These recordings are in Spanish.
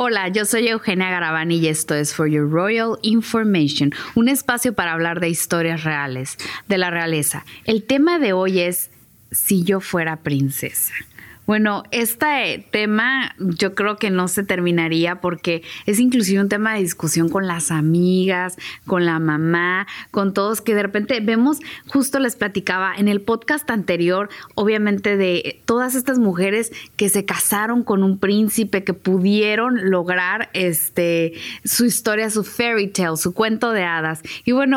Hola, yo soy Eugenia Garavani y esto es For Your Royal Information, un espacio para hablar de historias reales, de la realeza. El tema de hoy es si yo fuera princesa. Bueno, este tema yo creo que no se terminaría porque es inclusive un tema de discusión con las amigas, con la mamá, con todos que de repente vemos, justo les platicaba en el podcast anterior, obviamente de todas estas mujeres que se casaron con un príncipe, que pudieron lograr su historia, su fairy tale, su cuento de hadas. Y bueno,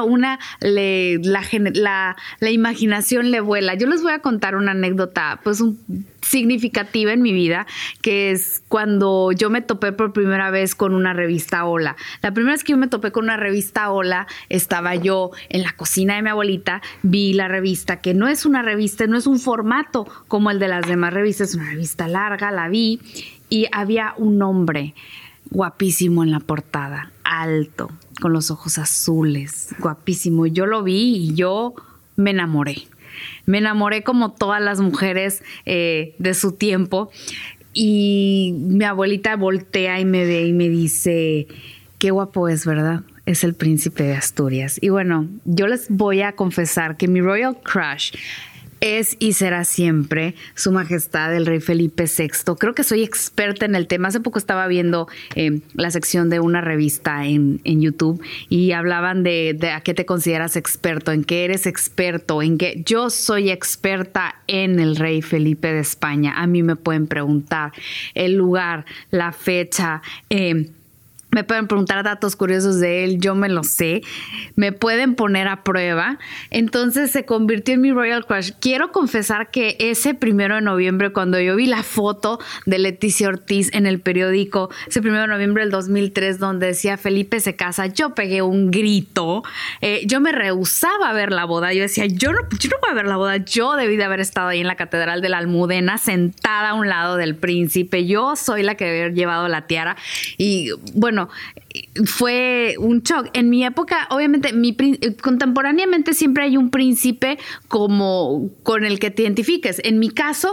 la imaginación le vuela. Yo les voy a contar una anécdota, pues significativa en mi vida, que es cuando yo me topé por primera vez con una revista Hola. La primera vez que yo me topé con una revista Hola, estaba yo en la cocina de mi abuelita, vi la revista, que no es una revista, no es un formato como el de las demás revistas, es una revista larga, la vi, y había un hombre guapísimo en la portada, alto, con los ojos azules, guapísimo. Yo lo vi y yo me enamoré. Me enamoré como todas las mujeres de su tiempo, y mi abuelita voltea y me ve y me dice, qué guapo es, ¿verdad? Es el príncipe de Asturias. Y bueno, yo les voy a confesar que mi royal crush es y será siempre Su Majestad el Rey Felipe VI. Creo que soy experta en el tema. Hace poco estaba viendo la sección de una revista en YouTube y hablaban de a qué te consideras experto, en qué eres experto, en qué. Yo soy experta en el Rey Felipe de España. A mí me pueden preguntar el lugar, la fecha, me pueden preguntar datos curiosos de él, yo me lo sé. Me pueden poner a prueba. Entonces se convirtió en mi royal crush. Quiero confesar que ese 1 de noviembre, cuando yo vi la foto de Leticia Ortiz en el periódico, ese 1 de noviembre del 2003, donde decía Felipe se casa, yo pegué un grito. Yo me rehusaba a ver la boda. Yo decía, yo no voy a ver la boda. Yo debí de haber estado ahí en la Catedral de la Almudena, sentada a un lado del príncipe. Yo soy la que debe haber llevado la tiara. Y bueno, fue un shock. En mi época, obviamente, contemporáneamente siempre hay un príncipe como con el que te identifiques. En mi caso,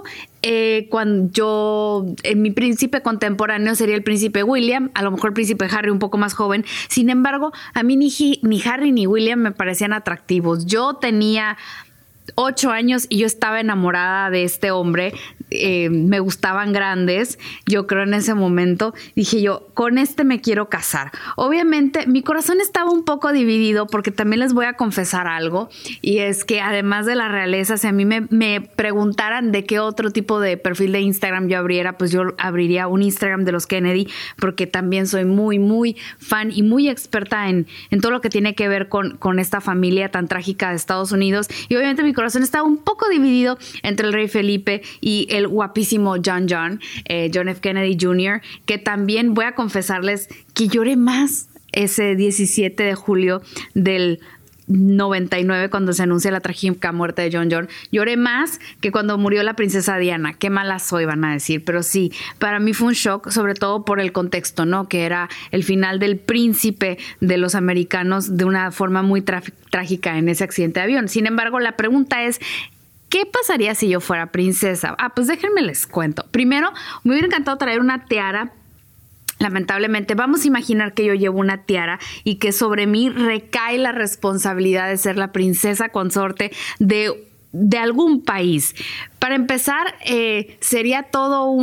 mi príncipe contemporáneo sería el príncipe William, a lo mejor el príncipe Harry un poco más joven. Sin embargo, a mí ni Harry ni William me parecían atractivos. Yo tenía 8 años y yo estaba enamorada de este hombre. Me gustaban grandes, yo creo en ese momento. Dije yo, con este me quiero casar. Obviamente mi corazón estaba un poco dividido porque también les voy a confesar algo, y es que además de la realeza, si a mí me preguntaran de qué otro tipo de perfil de Instagram yo abriera, pues yo abriría un Instagram de los Kennedy, porque también soy muy, muy fan y muy experta en todo lo que tiene que ver con esta familia tan trágica de Estados Unidos. Y obviamente mi corazón estaba un poco dividido entre el rey Felipe y el guapísimo John F. Kennedy Jr., que también voy a confesarles que lloré más ese 17 de julio del 99, cuando se anuncia la trágica muerte de John. Lloré más que cuando murió la princesa Diana. Qué mala soy, van a decir, pero sí, para mí fue un shock, sobre todo por el contexto, ¿no? Que era el final del príncipe de los americanos de una forma muy trágica en ese accidente de avión. Sin embargo, la pregunta es, ¿qué pasaría si yo fuera princesa? Pues déjenme les cuento. Primero, me hubiera encantado traer una tiara. Lamentablemente, vamos a imaginar que yo llevo una tiara y que sobre mí recae la responsabilidad de ser la princesa consorte de algún país. Para empezar, sería todo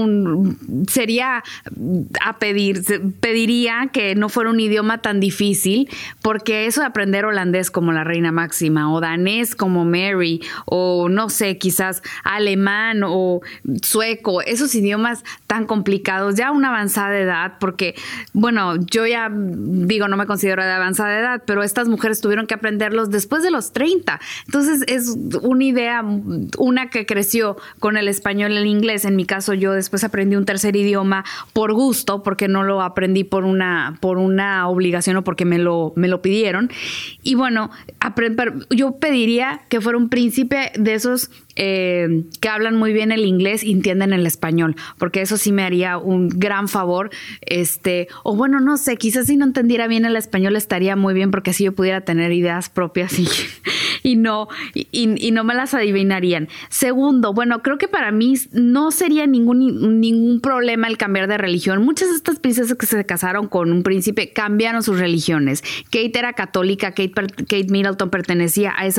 sería a pediría que no fuera un idioma tan difícil, porque eso de aprender holandés como la reina Máxima, o danés como Mary, o no sé, quizás alemán o sueco, esos idiomas tan complicados, ya a una avanzada edad, porque, bueno, yo ya digo, no me considero de avanzada edad, pero estas mujeres tuvieron que aprenderlos después de los 30. Entonces, es una idea, una que creció con el español y el inglés. En mi caso, yo después aprendí un tercer idioma por gusto, porque no lo aprendí por una obligación o porque me lo pidieron. Y bueno, yo pediría que fuera un príncipe de esos que hablan muy bien el inglés y entienden el español, porque eso sí me haría un gran favor. O bueno, no sé, quizás si no entendiera bien el español estaría muy bien, porque así yo pudiera tener ideas propias y no me las adivinarían. Segundo, bueno, creo que para mí no sería ningún problema el cambiar de religión. Muchas de estas princesas que se casaron con un príncipe cambiaron sus religiones. Kate era católica, Kate Middleton pertenecía a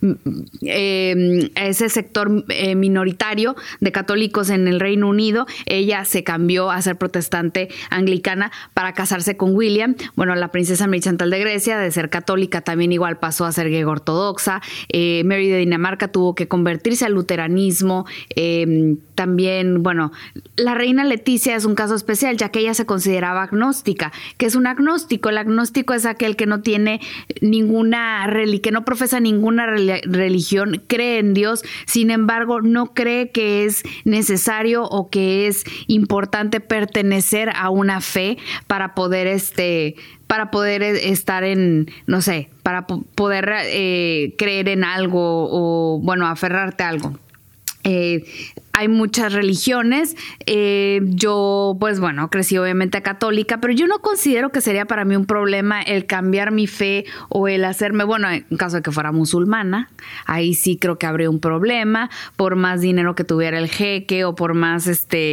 ese sector minoritario de católicos en el Reino Unido. Ella se cambió a ser protestante anglicana para casarse con William. Bueno, la princesa Mary Chantal de Grecia, de ser católica, también igual pasó a ser griega ortodoxa. Mary de Dinamarca tuvo que convertirse al luteranismo. También, bueno, la reina Leticia es un caso especial, ya que ella se consideraba agnóstica. ¿Qué es un agnóstico? El agnóstico es aquel que no tiene que no profesa ninguna religión, cree en Dios, sin embargo, no cree que es necesario o que es importante pertenecer a una fe para poder estar en, no sé, para poder creer en algo o, bueno, aferrarte a algo. Hay muchas religiones. Yo, pues bueno, crecí obviamente católica, pero yo no considero que sería para mí un problema el cambiar mi fe o el hacerme, bueno, en caso de que fuera musulmana, ahí sí creo que habría un problema, por más dinero que tuviera el jeque o por más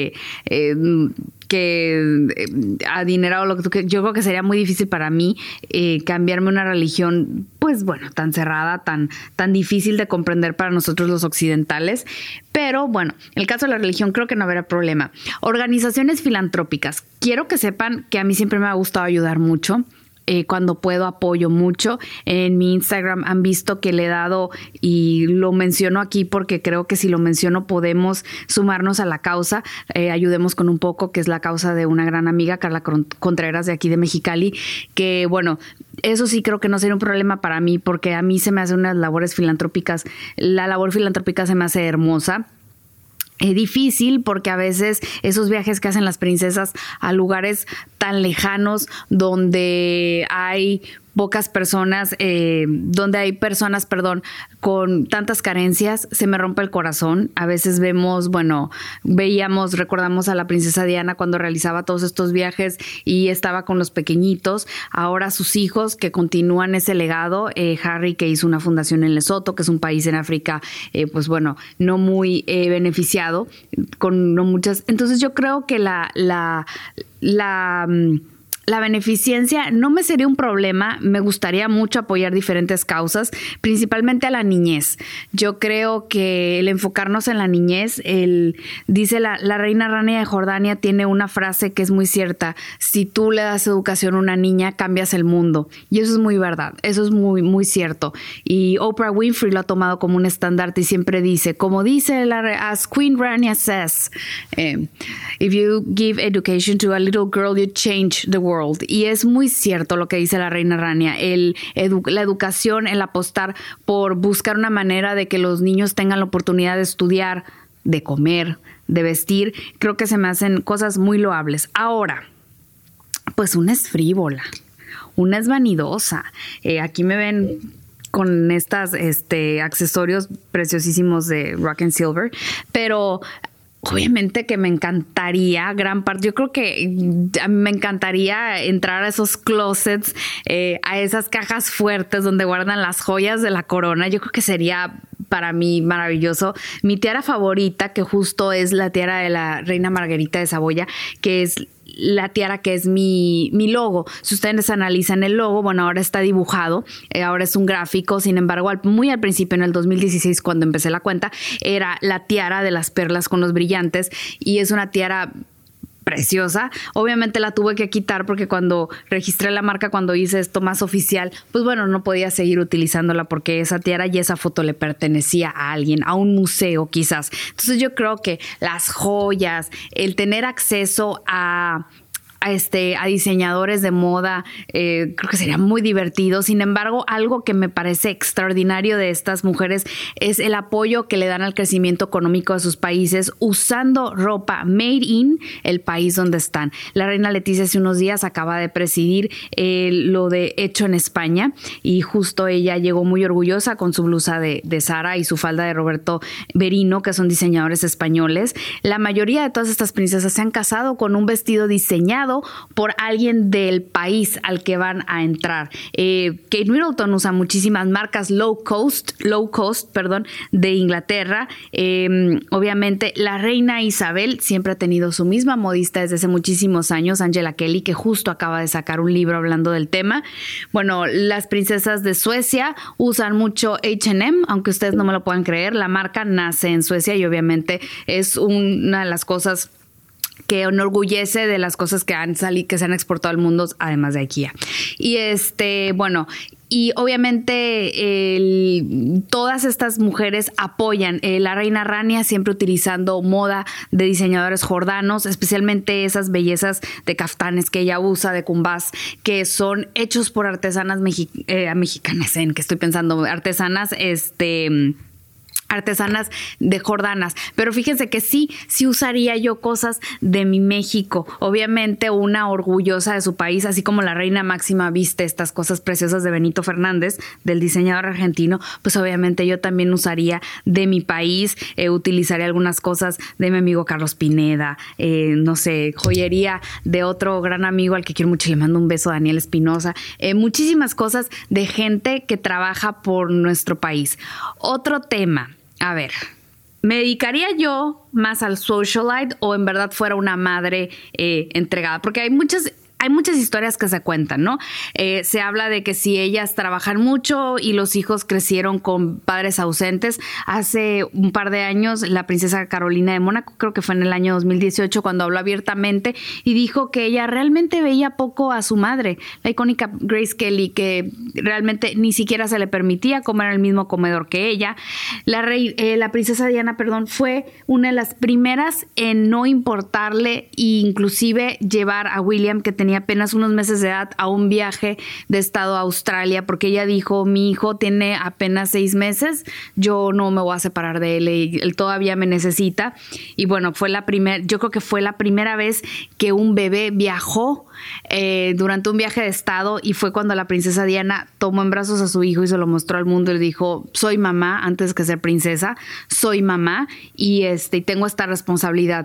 adinerado lo que yo creo que sería muy difícil para mí cambiarme una religión, pues bueno, tan cerrada, tan difícil de comprender para nosotros los occidentales. Pero bueno, en el caso de la religión creo que no habrá problema. Organizaciones filantrópicas. Quiero que sepan que a mí siempre me ha gustado ayudar mucho. Cuando puedo apoyo mucho. En mi Instagram han visto que le he dado, y lo menciono aquí porque creo que si lo menciono podemos sumarnos a la causa. Ayudemos con un poco, que es la causa de una gran amiga, Carla Contreras, de aquí de Mexicali, que bueno, eso sí creo que no sería un problema para mí, porque a mí se me hacen unas labores filantrópicas, la labor filantrópica se me hace hermosa. Difícil porque a veces esos viajes que hacen las princesas a lugares tan lejanos donde hay pocas personas, con tantas carencias, se me rompe el corazón. A veces recordamos a la princesa Diana cuando realizaba todos estos viajes y estaba con los pequeñitos. Ahora sus hijos que continúan ese legado, Harry, que hizo una fundación en Lesoto, que es un país en África, pues bueno, no muy beneficiado, con no muchas. Entonces yo creo que la beneficencia no me sería un problema. Me gustaría mucho apoyar diferentes causas, principalmente a la niñez. Yo creo que el enfocarnos en la niñez, dice la reina Rania de Jordania tiene una frase que es muy cierta: si tú le das educación a una niña, cambias el mundo. Y eso es muy verdad, eso es muy, muy cierto. Y Oprah Winfrey lo ha tomado como un estandarte y siempre dice, como dice as Queen Rania says, if you give education to a little girl, you change the world. Y es muy cierto lo que dice la reina Rania, la educación, el apostar por buscar una manera de que los niños tengan la oportunidad de estudiar, de comer, de vestir, creo que se me hacen cosas muy loables. Ahora, pues una es frívola, una es vanidosa. Aquí me ven con estas accesorios preciosísimos de Rock and Silver, pero obviamente que me encantaría, yo creo que me encantaría entrar a esos closets, a esas cajas fuertes donde guardan las joyas de la corona. Yo creo que sería para mí maravilloso. Mi tiara favorita, que justo es la tiara de la reina Margarita de Saboya, que es la tiara que es mi logo. Si ustedes analizan el logo, bueno, ahora está dibujado, ahora es un gráfico. Sin embargo, muy al principio, en el 2016, cuando empecé la cuenta, era la tiara de las perlas con los brillantes, y es una tiara preciosa. Obviamente la tuve que quitar porque cuando registré la marca, cuando hice esto más oficial, pues bueno, no podía seguir utilizándola porque esa tiara y esa foto le pertenecía a alguien, a un museo quizás. Entonces yo creo que las joyas, el tener acceso a diseñadores de moda, creo que sería muy divertido. Sin embargo, algo que me parece extraordinario de estas mujeres es el apoyo que le dan al crecimiento económico de sus países usando ropa made in el país donde están. La reina Leticia hace unos días acaba de presidir lo de Hecho en España, y justo ella llegó muy orgullosa con su blusa de Zara y su falda de Roberto Berino, que son diseñadores españoles. La mayoría de todas estas princesas se han casado con un vestido diseñado pagado por alguien del país al que van a entrar. Kate Middleton usa muchísimas marcas low cost, de Inglaterra. Obviamente la reina Isabel siempre ha tenido su misma modista desde hace muchísimos años, Angela Kelly, que justo acaba de sacar un libro hablando del tema. Bueno, las princesas de Suecia usan mucho H&M, aunque ustedes no me lo puedan creer, la marca nace en Suecia y obviamente es una de las cosas que enorgullece de las cosas que han salido, que se han exportado al mundo, además de IKEA. Y y obviamente todas estas mujeres apoyan. La reina Rania siempre utilizando moda de diseñadores jordanos, especialmente esas bellezas de caftanes que ella usa, de cumbás, que son hechos por artesanas mexicanas, en que estoy pensando, artesanas de jordanas, pero fíjense que sí usaría yo cosas de mi México. Obviamente una orgullosa de su país, así como la reina Máxima viste estas cosas preciosas de Benito Fernández, del diseñador argentino, pues obviamente yo también usaría de mi país, utilizaría algunas cosas de mi amigo Carlos Pineda, no sé, joyería de otro gran amigo al que quiero mucho, le mando un beso, Daniel Espinosa, muchísimas cosas de gente que trabaja por nuestro país. Otro tema. A ver, ¿me dedicaría yo más al socialite o en verdad fuera una madre entregada? Porque hay muchas historias que se cuentan, ¿no? Se habla de que si ellas trabajan mucho y los hijos crecieron con padres ausentes. Hace un par de años, la princesa Carolina de Mónaco, creo que fue en el año 2018, cuando habló abiertamente y dijo que ella realmente veía poco a su madre, la icónica Grace Kelly, que realmente ni siquiera se le permitía comer en el mismo comedor que ella. La princesa Diana, fue una de las primeras en no importarle e inclusive llevar a William, que tenía apenas unos meses de edad, a un viaje de estado a Australia, porque ella dijo, mi hijo tiene apenas 6 meses, yo no me voy a separar de él, él todavía me necesita. Y bueno, yo creo que fue la primera vez que un bebé viajó durante un viaje de estado, y fue cuando la princesa Diana tomó en brazos a su hijo y se lo mostró al mundo y le dijo, soy mamá, antes que ser princesa, soy mamá y tengo esta responsabilidad.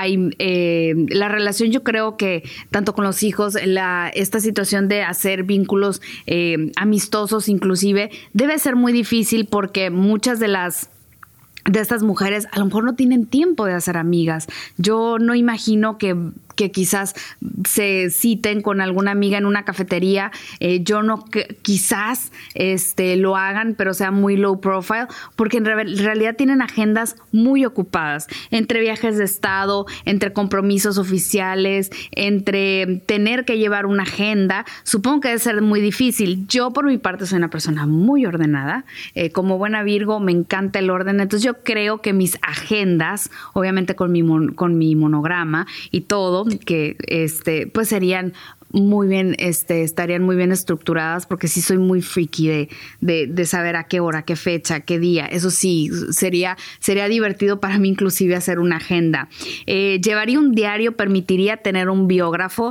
La relación, yo creo que tanto con los hijos, esta situación de hacer vínculos amistosos inclusive, debe ser muy difícil porque muchas de estas mujeres a lo mejor no tienen tiempo de hacer amigas. Yo no imagino que quizás se citen con alguna amiga en una cafetería. Yo no, quizás lo hagan, pero sea muy low profile, porque en realidad tienen agendas muy ocupadas, entre viajes de estado, entre compromisos oficiales, entre tener que llevar una agenda. Supongo que debe ser muy difícil. Yo, por mi parte, soy una persona muy ordenada. Como buena Virgo, me encanta el orden. Entonces, yo creo que mis agendas, obviamente con mi monograma y todo, que pues serían muy bien, estarían muy bien estructuradas, porque sí soy muy freaky de saber a qué hora, qué fecha, qué día. Eso sí, sería divertido para mí inclusive hacer una agenda. Llevaría un diario, permitiría tener un biógrafo.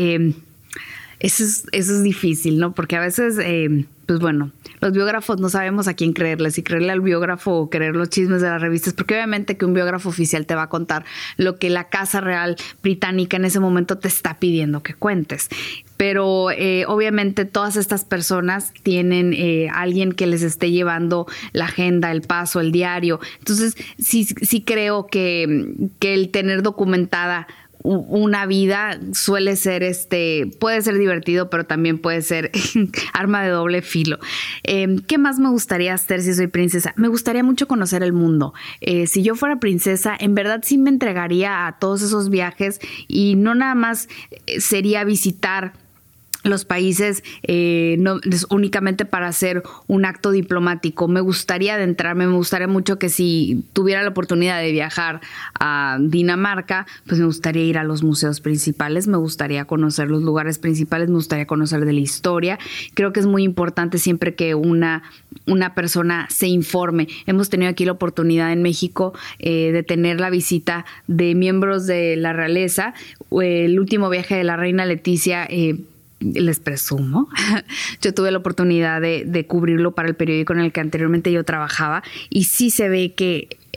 Eso es difícil, ¿no? Porque a veces, pues bueno, los biógrafos no sabemos a quién creerle, si creerle al biógrafo o creer los chismes de las revistas, porque obviamente que un biógrafo oficial te va a contar lo que la Casa Real Británica en ese momento te está pidiendo que cuentes. Pero obviamente todas estas personas tienen alguien que les esté llevando la agenda, el paso, el diario. Entonces sí creo que el tener documentada una vida suele ser puede ser divertido, pero también puede ser arma de doble filo. ¿Qué más me gustaría hacer si soy princesa? Me gustaría mucho conocer el mundo. Si yo fuera princesa, en verdad sí me entregaría a todos esos viajes, y no nada más sería visitar los países no únicamente para hacer un acto diplomático. Me gustaría adentrarme, me gustaría mucho que si tuviera la oportunidad de viajar a Dinamarca, pues me gustaría ir a los museos principales, me gustaría conocer los lugares principales, me gustaría conocer de la historia. Creo que es muy importante siempre que una persona se informe. Hemos tenido aquí la oportunidad en México de tener la visita de miembros de la realeza. El último viaje de la reina Leticia, les presumo, yo tuve la oportunidad de cubrirlo para el periódico en el que anteriormente yo trabajaba, y sí se ve que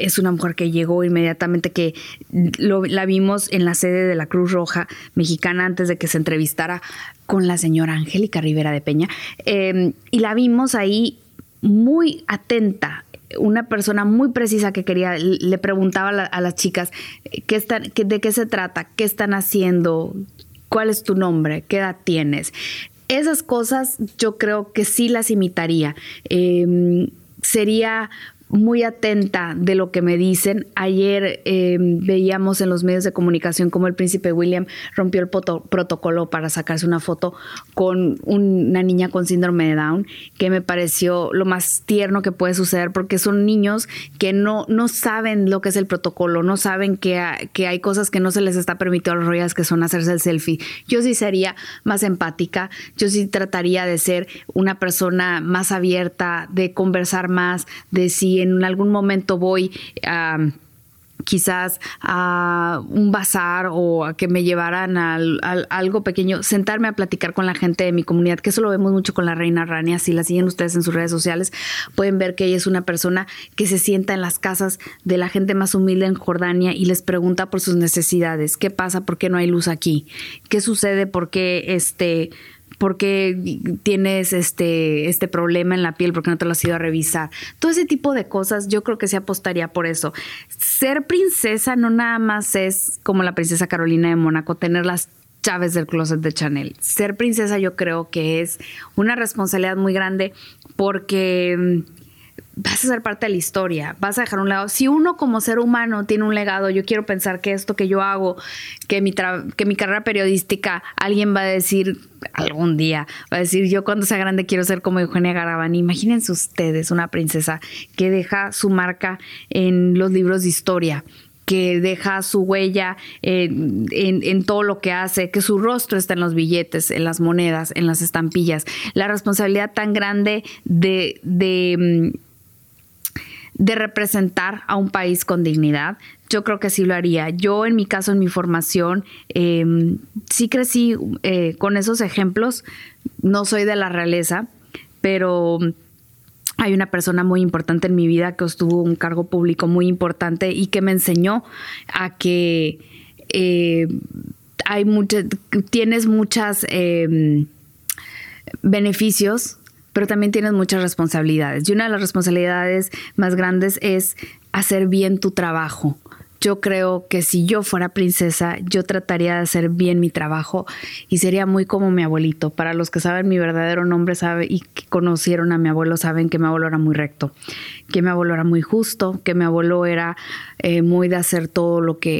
es una mujer que llegó inmediatamente, que la vimos en la sede de la Cruz Roja Mexicana antes de que se entrevistara con la señora Angélica Rivera de Peña, y la vimos ahí muy atenta, una persona muy precisa que le preguntaba a las chicas de qué se trata, qué están haciendo, cuál es tu nombre, qué edad tienes. Esas cosas yo creo que sí las imitaría. Sería muy atenta de lo que me dicen. Ayer veíamos en los medios de comunicación cómo el príncipe William rompió el protocolo para sacarse una foto con una niña con síndrome de Down, que me pareció lo más tierno que puede suceder, porque son niños que no saben lo que es el protocolo, no saben que hay cosas que no se les está permitido a los royals, que son hacerse el selfie. Yo sí sería más empática, yo sí trataría de ser una persona más abierta, de conversar más, de si en algún momento voy quizás a un bazar o a que me llevaran a algo pequeño, sentarme a platicar con la gente de mi comunidad, que eso lo vemos mucho con la reina Rania. Si la siguen ustedes en sus redes sociales, pueden ver que ella es una persona que se sienta en las casas de la gente más humilde en Jordania y les pregunta por sus necesidades. ¿Qué pasa? ¿Por qué no hay luz aquí? ¿Qué sucede? ¿Por qué tienes este problema en la piel? ¿Por qué no te lo has ido a revisar? Todo ese tipo de cosas, yo creo que sí apostaría por eso. Ser princesa no nada más es como la princesa Carolina de Mónaco, tener las llaves del closet de Chanel. Ser princesa yo creo que es una responsabilidad muy grande, porque vas a ser parte de la historia, vas a dejar un legado. Si uno como ser humano tiene un legado, yo quiero pensar que esto que yo hago, que mi carrera periodística, alguien va a decir algún día, va a decir, yo cuando sea grande quiero ser como Eugenia Garavani. Imagínense ustedes una princesa que deja su marca en los libros de historia, que deja su huella en todo lo que hace, que su rostro está en los billetes, en las monedas, en las estampillas. La responsabilidad tan grande de representar a un país con dignidad, yo creo que sí lo haría. Yo, en mi caso, en mi formación, sí crecí con esos ejemplos. No soy de la realeza, pero hay una persona muy importante en mi vida que obtuvo un cargo público muy importante y que me enseñó a que tienes muchos beneficios, pero también tienes muchas responsabilidades. Y una de las responsabilidades más grandes es hacer bien tu trabajo. Yo creo que si yo fuera princesa, yo trataría de hacer bien mi trabajo y sería muy como mi abuelito. Para los que saben mi verdadero nombre y que conocieron a mi abuelo, saben que mi abuelo era muy recto, que mi abuelo era muy justo, que mi abuelo era muy de hacer todo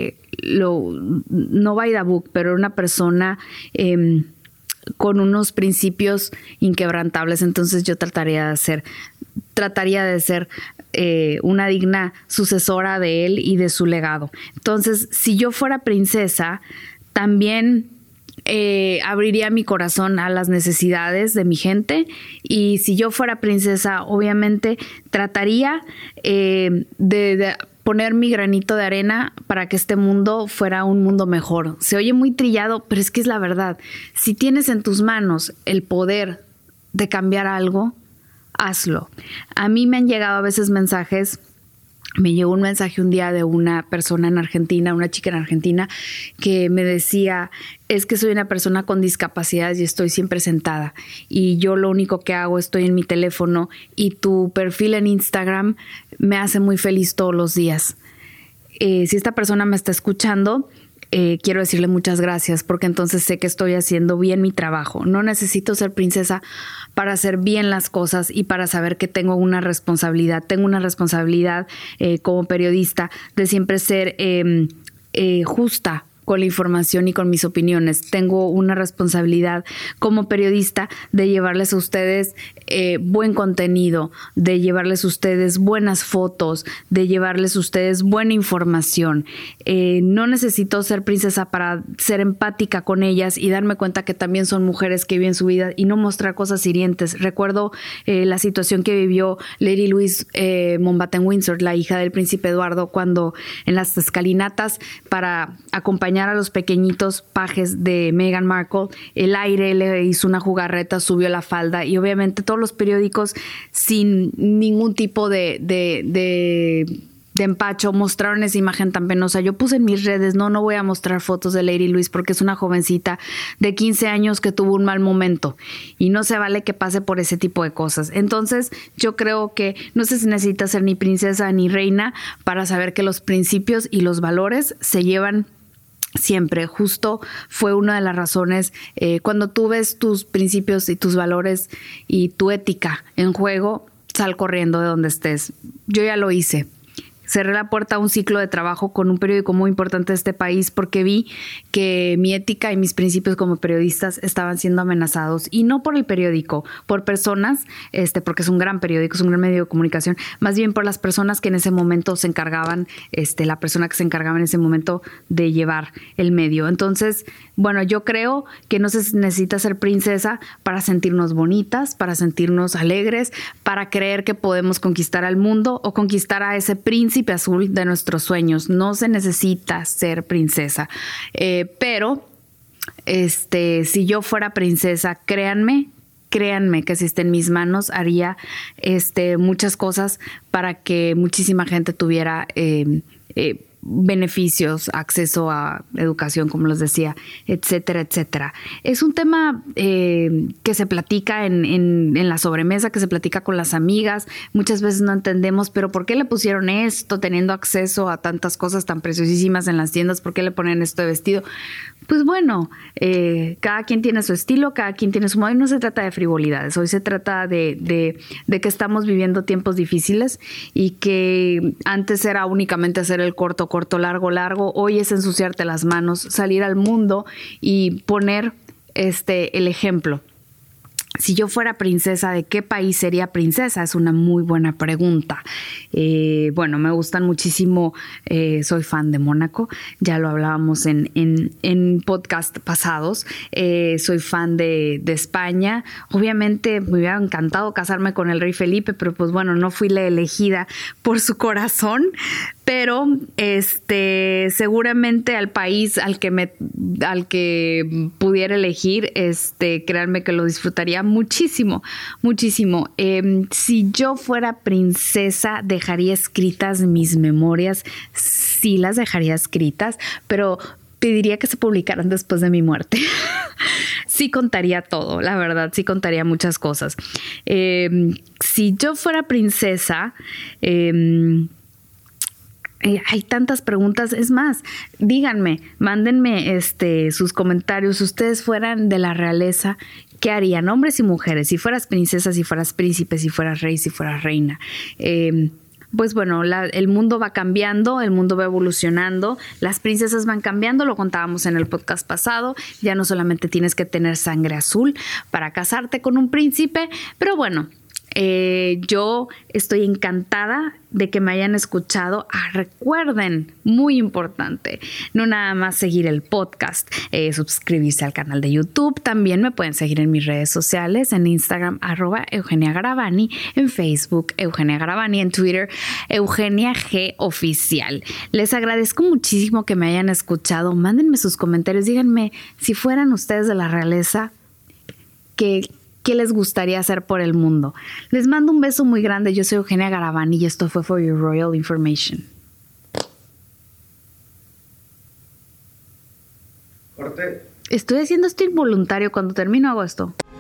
no by the book, pero era una persona con unos principios inquebrantables. Entonces yo trataría de ser una digna sucesora de él y de su legado. Entonces, si yo fuera princesa, también abriría mi corazón a las necesidades de mi gente, y si yo fuera princesa, obviamente trataría de poner mi granito de arena para que este mundo fuera un mundo mejor. Se oye muy trillado, pero es que es la verdad. Si tienes en tus manos el poder de cambiar algo, hazlo. A mí me han llegado a veces mensajes. Me llegó un mensaje un día de una persona en Argentina, una chica en Argentina, que me decía, es que soy una persona con discapacidad y estoy siempre sentada. Y yo lo único que hago, estoy en mi teléfono, y tu perfil en Instagram me hace muy feliz todos los días. Si esta persona me está escuchando, quiero decirle muchas gracias, porque entonces sé que estoy haciendo bien mi trabajo. No necesito ser princesa para hacer bien las cosas y para saber que tengo una responsabilidad. Tengo una responsabilidad como periodista de siempre ser justa con la información y con mis opiniones. Tengo una responsabilidad como periodista de llevarles a ustedes buen contenido, de llevarles a ustedes buenas fotos, de llevarles a ustedes buena información. No necesito ser princesa para ser empática con ellas y darme cuenta que también son mujeres que viven su vida y no mostrar cosas hirientes. Recuerdo la situación que vivió Lady Louise Mountbatten Windsor, la hija del príncipe Eduardo, cuando en las escalinatas para acompañar a los pequeñitos pajes de Meghan Markle, el aire le hizo una jugarreta, subió la falda, y obviamente todos los periódicos, sin ningún tipo de empacho mostraron esa imagen tan penosa. Yo puse en mis redes, no voy a mostrar fotos de Lady Louise porque es una jovencita de 15 años que tuvo un mal momento y no se vale que pase por ese tipo de cosas. Entonces yo creo que no se necesita ser ni princesa ni reina para saber que los principios y los valores se llevan siempre. Justo fue una de las razones, cuando tú ves tus principios y tus valores y tu ética en juego, sal corriendo de donde estés. Yo ya lo hice. Cerré la puerta a un ciclo de trabajo con un periódico muy importante de este país porque vi que mi ética y mis principios como periodistas estaban siendo amenazados, y no por el periódico, por personas, porque es un gran periódico, es un gran medio de comunicación, más bien por las personas que en ese momento se encargaban, la persona que se encargaba en ese momento de llevar el medio. Entonces, bueno, yo creo que no se necesita ser princesa para sentirnos bonitas, para sentirnos alegres, para creer que podemos conquistar al mundo o conquistar a ese príncipe azul de nuestros sueños. No se necesita ser princesa. Pero si yo fuera princesa, créanme que si está en mis manos haría muchas cosas para que muchísima gente tuviera beneficios, acceso a educación, como les decía, etcétera, etcétera. Es un tema que se platica en la sobremesa, que se platica con las amigas. Muchas veces no entendemos, pero ¿por qué le pusieron esto teniendo acceso a tantas cosas tan preciosísimas en las tiendas? ¿Por qué le ponen esto de vestido? Pues bueno, cada quien tiene su estilo, cada quien tiene su modo, y no se trata de frivolidades. Hoy se trata de que estamos viviendo tiempos difíciles y que antes era únicamente hacer el corto, largo. Hoy es ensuciarte las manos, salir al mundo y poner el ejemplo. Si yo fuera princesa, ¿de qué país sería princesa? Es una muy buena pregunta. Bueno, me gustan muchísimo, soy fan de Mónaco, ya lo hablábamos en podcast pasados. Soy fan de España. Obviamente me hubiera encantado casarme con el rey Felipe, pero pues bueno, no fui la elegida por su corazón. Pero seguramente al país al que pudiera elegir, créanme que lo disfrutaría muchísimo, muchísimo. Si yo fuera princesa, dejaría escritas mis memorias. Sí, las dejaría escritas, pero pediría que se publicaran después de mi muerte. Sí contaría todo, la verdad, sí contaría muchas cosas. Si yo fuera princesa, hay tantas preguntas. Es más, díganme, mándenme sus comentarios. Si ustedes fueran de la realeza, ¿qué harían? Hombres y mujeres. Si fueras princesa, si fueras príncipe, si fueras rey, si fueras reina. Pues bueno, el mundo va cambiando, el mundo va evolucionando, las princesas van cambiando, lo contábamos en el podcast pasado. Ya no solamente tienes que tener sangre azul para casarte con un príncipe, pero bueno, yo estoy encantada de que me hayan escuchado. Recuerden, muy importante, no nada más seguir el podcast, suscribirse al canal de YouTube. También me pueden seguir en mis redes sociales, en Instagram @EugeniaGaravani, en Facebook Eugenia Garavani, en Twitter Eugenia G Oficial. Les agradezco muchísimo que me hayan escuchado. Mándenme sus comentarios, díganme si fueran ustedes de la realeza, ¿qué les gustaría hacer por el mundo? Les mando un beso muy grande. Yo soy Eugenia Garavani y esto fue For Your Royal Information. Corte. Estoy haciendo esto involuntario. Cuando termino hago esto.